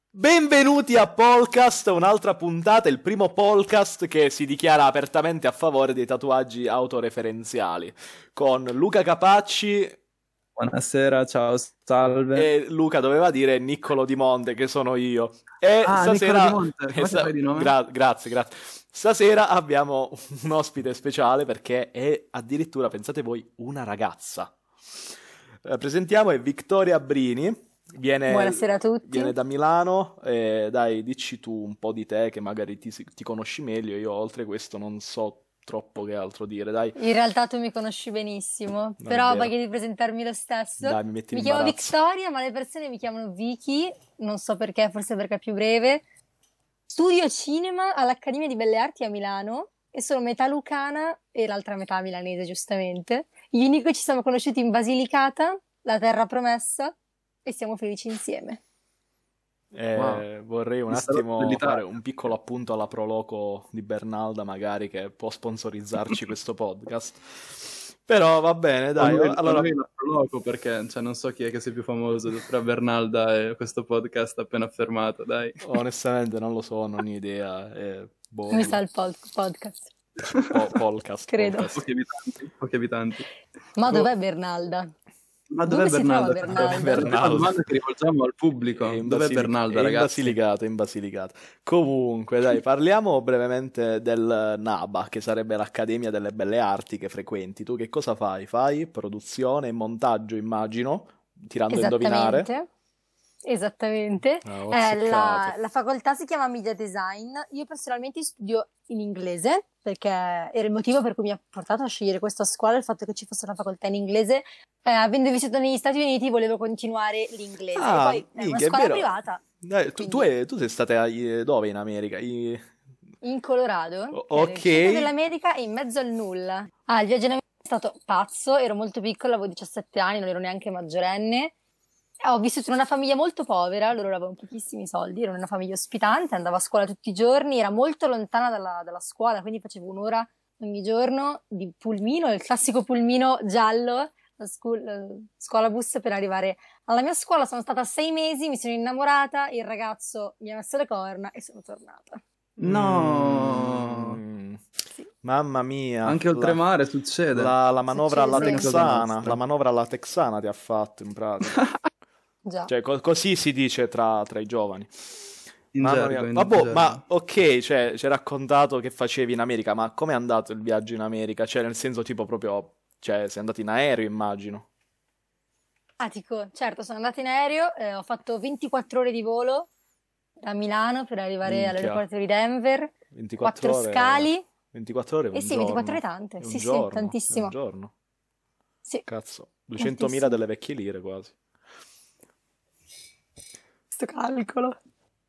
Benvenuti a Polcast, un'altra puntata, il primo Polcast che si dichiara apertamente a favore dei tatuaggi autoreferenziali, con Luca Capacci. Buonasera, ciao, salve. E Luca doveva dire Niccolo Di Monte, che sono io. E stasera... Niccolo Di Monte, come fai di nome? Grazie. Stasera abbiamo un ospite speciale perché è addirittura, pensate voi, una ragazza. Presentiamo, è Victoria Brini. Buonasera a tutti. Viene da Milano. Dai, dici tu un po' di te, che magari ti conosci meglio. Io oltre questo non so troppo che altro dire, dai. In realtà tu mi conosci benissimo, però voglio di presentarmi lo stesso. Dai, mi chiamo Victoria, ma le persone mi chiamano Vicky, non so perché, forse perché è più breve. Studio cinema all'Accademia di Belle Arti a Milano e sono metà lucana e l'altra metà milanese, giustamente. Gli unici ci siamo conosciuti in Basilicata, la terra promessa, e siamo felici insieme. Vorrei un attimo fare un piccolo appunto alla Proloco di Bernalda, magari, che può sponsorizzarci questo podcast. Però va bene, dai. Allora la Proloco, perché non so chi è che sia più famoso tra Bernalda e questo podcast appena affermato, dai. Onestamente non lo so, non ho idea. Mi sa il podcast. Podcast. Credo. Pochi abitanti. Ma dov'è Bernalda? Ma dov'è Bernalda? La domanda che rivolgiamo al pubblico. Dov'è Bernalda, ragazzi? In Basilicata. Comunque, dai, parliamo brevemente del NABA, che sarebbe l'Accademia delle Belle Arti che frequenti. Tu che cosa fai? Fai produzione e montaggio, immagino, tirando a indovinare. Esattamente. La facoltà si chiama Media Design. Io personalmente studio in inglese, perché era il motivo per cui mi ha portato a scegliere questa scuola, il fatto che ci fosse una facoltà in inglese. Avendo vissuto negli Stati Uniti volevo continuare l'inglese. Poi è una scuola privata. Tu sei stata dove in America? In Colorado. Ok. Dell'America in mezzo al nulla. Il viaggio in America è stato pazzo, ero molto piccola, avevo 17 anni, non ero neanche maggiorenne. Ho vissuto in una famiglia molto povera, loro avevano pochissimi soldi, ero in una famiglia ospitante, andavo a scuola tutti i giorni, era molto lontana dalla scuola, quindi facevo un'ora ogni giorno di pulmino, il classico pulmino giallo, la scuola bus per arrivare alla mia scuola. Sono stata 6 mesi, mi sono innamorata, il ragazzo mi ha messo le corna e sono tornata. No! Sì. Mamma mia. Anche oltremare succede. La manovra alla texana, la manovra alla texana ti ha fatto in pratica. Già. Cioè, così si dice tra i giovani. Mamma mia. Ma ok, cioè, ci hai raccontato che facevi in America, ma com'è andato il viaggio in America? Cioè, nel senso tipo proprio, cioè, sei andato in aereo, immagino. Certo, sono andata in aereo, ho fatto 24 ore di volo da Milano per arrivare all'aeroporto di Denver, 24 4 scali. 24 ore? Sì, 24 ore tante, sì, tantissimo. Un giorno? Sì. Cazzo, 200.000 delle vecchie lire quasi. Sto calcolo.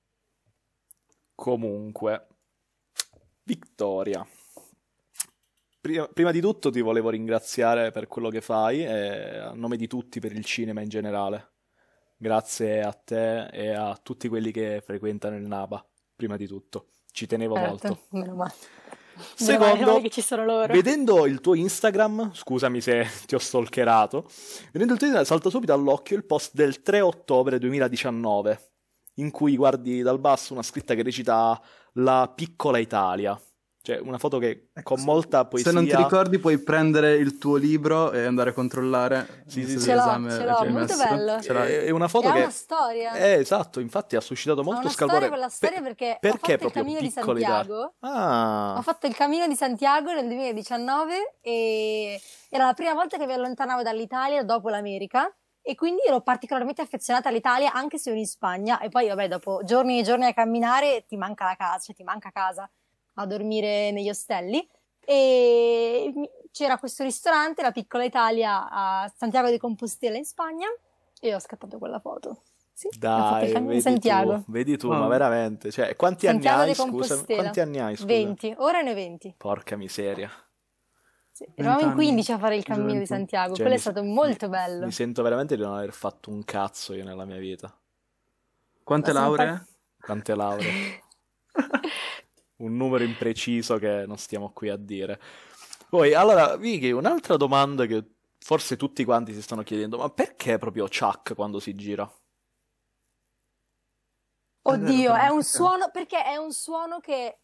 Comunque, Victoria, prima di tutto ti volevo ringraziare per quello che fai e a nome di tutti per il cinema in generale. Grazie a te e a tutti quelli che frequentano il NABA, prima di tutto. Ci tenevo molto. Meno male. Secondo, che ci sono loro. Vedendo il tuo Instagram, scusami se ti ho stalkerato, vedendo il tuo Instagram salta subito all'occhio il post del 3 ottobre 2019, in cui guardi dal basso una scritta che recita La piccola Italia. Cioè, una foto che con molta poesia... Se non ti ricordi puoi prendere il tuo libro e andare a controllare. Sì, ce l'ho, molto bello. È una foto che... Ha una storia. Esatto, infatti ha suscitato molto scalpore. Ha una storia perché ho fatto il Cammino di Santiago. Ho fatto il Cammino di Santiago nel 2019 e era la prima volta che mi allontanavo dall'Italia dopo l'America. E quindi ero particolarmente affezionata all'Italia, anche se ero in Spagna. E poi, vabbè, dopo giorni e giorni a camminare ti manca la casa, cioè ti manca casa a dormire negli ostelli. E c'era questo ristorante, la Piccola Italia, a Santiago de Compostela in Spagna, e ho scattato quella foto. Sì, dai, vedi tu, ma veramente, cioè, quanti anni hai, scusa? Quanti anni hai, scusa? 20, ora ne ho 20. Porca miseria. Sì, eravamo in 15 a fare il Cammino di Santiago, quello è stato molto bello. Mi sento veramente di non aver fatto un cazzo io nella mia vita. Quante lauree? Quante lauree? Un numero impreciso che non stiamo qui a dire. Poi, allora, Vicky, un'altra domanda che forse tutti quanti si stanno chiedendo, ma perché proprio Chuck quando si gira? Oddio, è un suono, perché è un suono che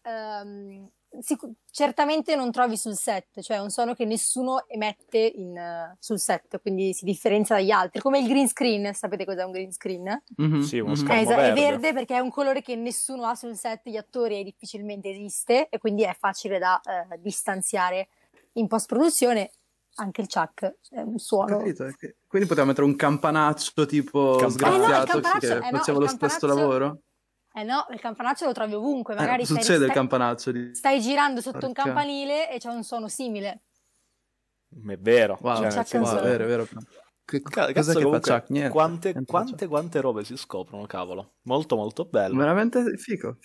certamente non trovi sul set, cioè è un suono che nessuno emette sul set, quindi si differenzia dagli altri, come il green screen. Sapete cos'è un green screen? Mm-hmm. Sì, uno schermo verde. È verde perché è un colore che nessuno ha sul set, gli attori, e difficilmente esiste, e quindi è facile da distanziare in post-produzione. Anche il Chuck è un suono. Capito? Quindi potevamo mettere un campanaccio tipo sgraziato che faceva lo stesso lavoro? No, il campanaccio lo trovi ovunque. Magari succede il campanaccio stai girando sotto un campanile e c'è un suono simile. È vero. Wow, cioè, è vero. Cos'è che fa Chuck? Niente. Quante robe si scoprono, cavolo. Molto molto bello. Veramente fico.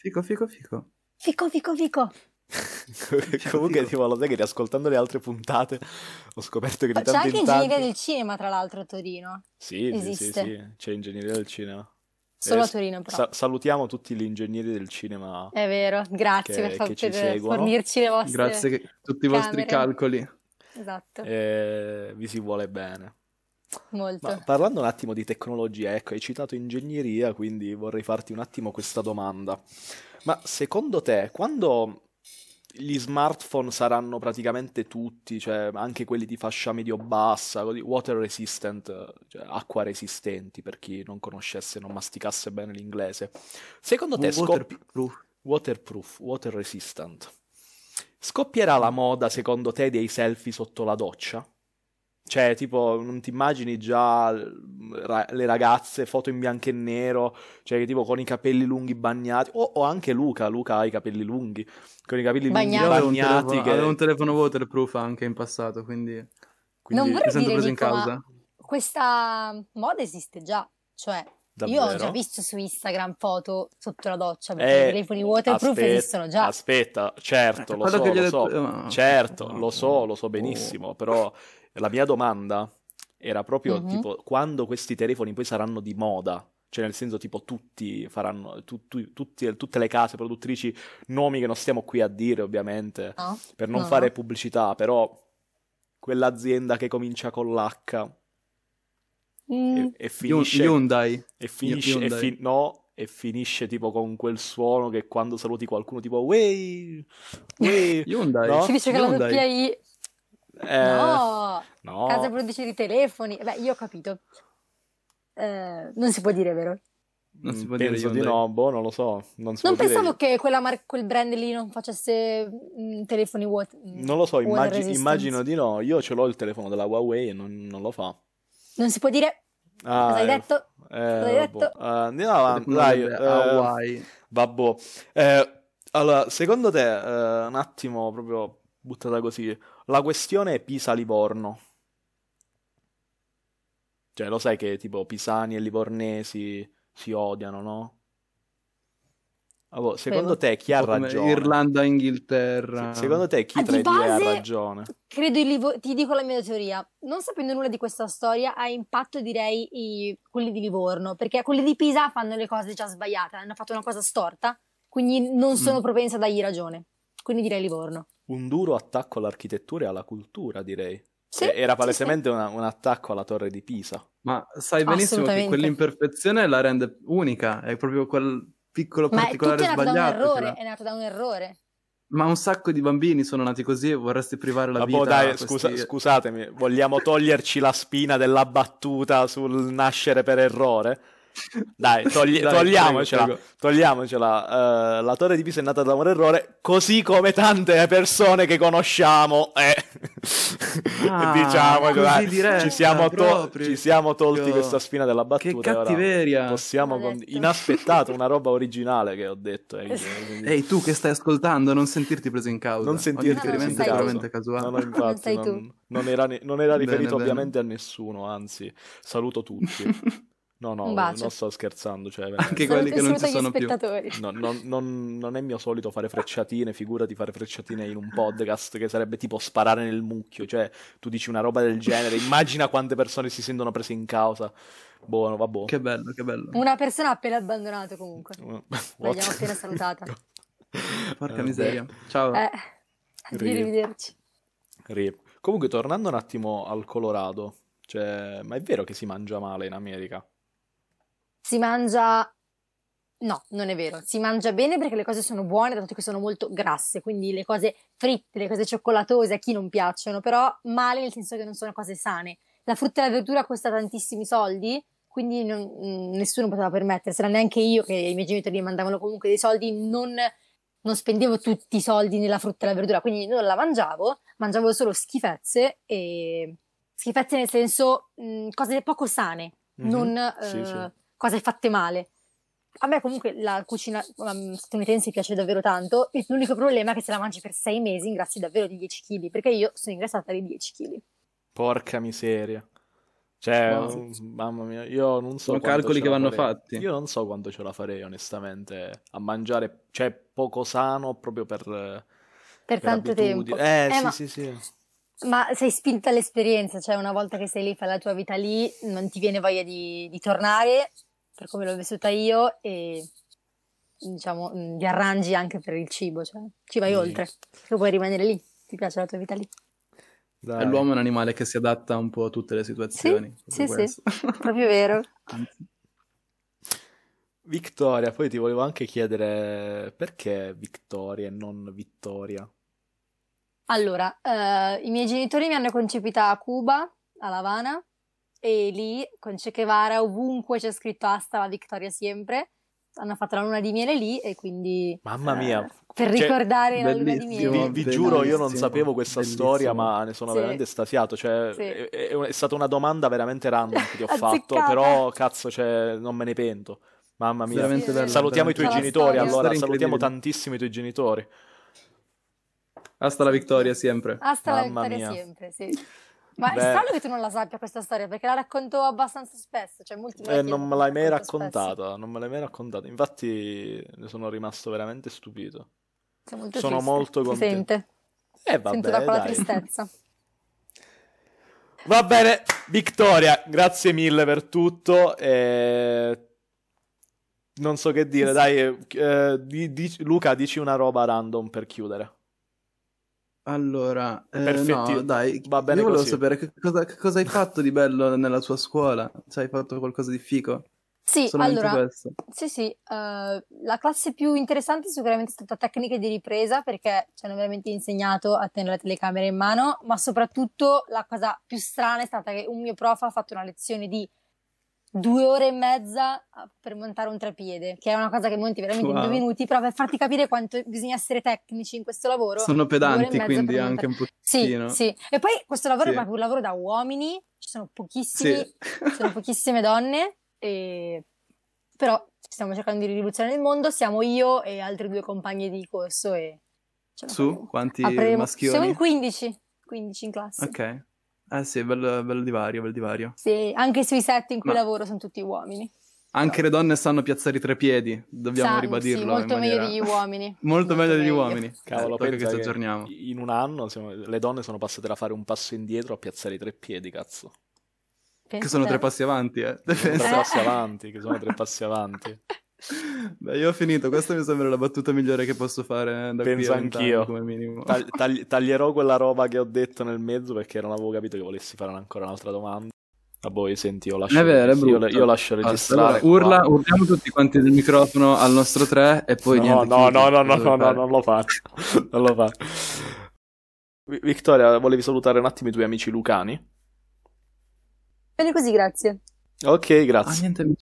Fico. Comunque tipo, lo sai che riascoltando le altre puntate ho scoperto che di tanto c'è anche in tanto... ingegneria del cinema, tra l'altro, a Torino. Sì, c'è ingegneria del cinema. Solo a Torino, però. Salutiamo tutti gli ingegneri del cinema. È vero, grazie per fornirci le vostre grazie tutti i vostri calcoli. Esatto. Vi si vuole bene. Molto. Ma parlando un attimo di tecnologia, ecco, hai citato ingegneria, quindi vorrei farti un attimo questa domanda. Ma secondo te, quando gli smartphone saranno praticamente tutti, cioè anche quelli di fascia medio-bassa, water resistant, cioè acqua resistenti, per chi non conoscesse, non masticasse bene l'inglese, secondo te waterproof, water resistant, scoppierà la moda, secondo te, dei selfie sotto la doccia? Cioè, tipo, non ti immagini già le ragazze, foto in bianco e nero, cioè, tipo, con i capelli lunghi bagnati, o anche Luca ha i capelli lunghi, con i capelli lunghi bagnati. Avevo un telefono waterproof anche in passato, quindi non vorrei mi sento dire, preso in causa. Ma questa moda esiste già, cioè... Davvero? Io ho già visto su Instagram foto sotto la doccia, perché i telefoni waterproof esistono già. Aspetta, certo, lo so benissimo, però la mia domanda era proprio tipo, quando questi telefoni poi saranno di moda? Cioè nel senso tipo tutti faranno, tutte le case produttrici, nomi che non stiamo qui a dire ovviamente, per non fare pubblicità, però quell'azienda che comincia con l'H... E finisce Hyundai e finisce tipo con quel suono che quando saluti qualcuno tipo wey Hyundai, no? Finisce con la doppia I. No, casa produce di telefoni. Beh, io ho capito, non si può dire, vero? Non si può penso dire di no, non lo so, non pensavo che quel brand lì non facesse telefoni non lo so, immagino di no. Io ce l'ho il telefono della Huawei e non lo fa. Non si può dire. Cosa hai detto? Andiamo avanti, dai. Vabbè. Allora, secondo te, un attimo, proprio buttata così, la questione è Pisa-Livorno. Cioè, lo sai che tipo pisani e livornesi si odiano, no? Allora, secondo te chi ha ragione? Irlanda, Inghilterra. Secondo te chi tra i due ha ragione? Credo ti dico la mia teoria. Non sapendo nulla di questa storia, ha impatto direi quelli di Livorno, perché quelli di Pisa fanno le cose già sbagliate, hanno fatto una cosa storta, quindi non sono propensa a dargli ragione. Quindi direi Livorno. Un duro attacco all'architettura e alla cultura, direi. Sì, era palesemente un attacco alla torre di Pisa. Ma sai benissimo che quell'imperfezione la rende unica, è proprio quel piccolo particolare sbagliato. È nato da un errore. Ma un sacco di bambini sono nati così e vorresti privare la vita. Dai, scusatemi, vogliamo toglierci la spina della battuta sul nascere per errore? Dai, togliamocela. Prego. Togliamocela. La torre di Pisa è nata da un errore, così come tante persone che conosciamo. Diciamocelo, dai, diretta, ci siamo tolti questa spina della battuta. Che cattiveria! Ora possiamo inaspettato, una roba originale che ho detto. Ehi, tu che stai ascoltando, non sentirti preso in causa. Non sentirti preso in causa. Veramente casuale. No, infatti, non era riferito ovviamente a nessuno, anzi, saluto tutti. No, non sto scherzando, cioè, anche quelli che non ci sono più. No, non è mio solito fare frecciatine, figurati fare frecciatine in un podcast, che sarebbe tipo sparare nel mucchio, cioè tu dici una roba del genere, immagina quante persone si sentono prese in causa. Buono, vabbè. Che bello. Una persona ha appena abbandonato comunque. L'abbiamo appena salutata. Porca miseria. Ciao. Arrivederci. Comunque, tornando un attimo al Colorado, cioè, ma è vero che si mangia male in America? Si mangia No, non è vero. Si mangia bene perché le cose sono buone, tanto che sono molto grasse, quindi le cose fritte, le cose cioccolatose a chi non piacciono, però male nel senso che non sono cose sane. La frutta e la verdura costa tantissimi soldi, quindi nessuno poteva permettersela, neanche io, che i miei genitori mi mandavano comunque dei soldi, non spendevo tutti i soldi nella frutta e la verdura, quindi non la mangiavo solo schifezze, e schifezze nel senso cose poco sane, non cose fatte male. A me comunque la cucina statunitense piace davvero tanto, l'unico problema è che se la mangi per 6 mesi ingrassi davvero di 10 kg, perché io sono ingrassata di 10 kg. Porca miseria. Cioè, mamma mia, io non so. Sono calcoli che vanno fatti. Io non so quanto ce la farei, onestamente, a mangiare, cioè, poco sano proprio per tanto abitudine. Tempo. Sì. Ma sei spinta all'esperienza, cioè una volta che sei lì, fai la tua vita lì, non ti viene voglia di tornare, per come l'ho vissuta io, e diciamo ti arrangi anche per il cibo, cioè ci vai oltre, che vuoi rimanere lì, ti piace la tua vita lì. Dai. L'uomo è un animale che si adatta un po' a tutte le situazioni. Sì, proprio vero. Victoria, poi ti volevo anche chiedere perché Victoria e non Vittoria? Allora, i miei genitori mi hanno concepita a Cuba, a La Habana, e lì con Che Guevara ovunque c'è scritto "Hasta la Victoria siempre". Hanno fatto la luna di miele lì e quindi mamma mia, per ricordare la luna di miele. Vi giuro, io non sapevo questa storia, ma ne sono veramente estasiato. Cioè, è stata una domanda veramente random che ti ho fatto, però cazzo, cioè, non me ne pento. Mamma mia, salutiamo i tuoi genitori, allora salutiamo tantissimo i tuoi genitori. Hasta la Victoria sempre. Hasta la Victoria sempre, sì. Ma è strano che tu non la sappia questa storia, perché la racconto abbastanza spesso, cioè molti non me l'hai mai raccontata, infatti ne sono rimasto veramente stupito. Sono molto contento. Si sente. Vabbè, sento da quella tristezza. Va bene, Victoria, grazie mille per tutto. Non so che dire, dai, Luca, dici una roba random per chiudere. Allora, no, dai, va bene, io volevo sapere che cosa hai fatto di bello nella tua scuola? Cioè, hai fatto qualcosa di figo? Sì, solamente allora, questo? sì, la classe più interessante sicuramente è stata tecniche di ripresa, perché ci hanno veramente insegnato a tenere la telecamera in mano, ma soprattutto la cosa più strana è stata che un mio prof ha fatto una lezione di 2 ore e mezza per montare un treppiede, che è una cosa che monti veramente in 2 minuti, però per farti capire quanto bisogna essere tecnici in questo lavoro. Sono pedanti, quindi anche un pochino. Sì. E poi questo lavoro è proprio un lavoro da uomini, ci sono pochissime donne, però stiamo cercando di rivoluzionare il mondo, siamo io e altri 2 compagni di corso e quanti maschioni? Siamo in 15 in classe. Ok. Sì, bello divario. Sì, anche sui set in cui lavoro sono tutti uomini. Anche le donne sanno piazzare i treppiedi, dobbiamo ribadirlo. Sì, molto meglio degli uomini. Molto meglio degli uomini. Cavolo, pensa che ci aggiorniamo. In un anno le donne sono passate da fare un passo indietro a piazzare i treppiedi, cazzo. Che sono 3 passi avanti, Che sono 3 passi avanti. Beh, io ho finito, questa mi sembra la battuta migliore che posso fare da penso qui anch'io come minimo. Taglierò quella roba che ho detto nel mezzo, perché non avevo capito che volessi fare ancora un'altra domanda. A voi, senti, io lascio registrare. Allora, urliamo tutti quanti del microfono al nostro 3 e poi no, non lo faccio. Victoria, volevi salutare un attimo i tuoi amici lucani? Bene così, grazie. Ok, grazie. Niente,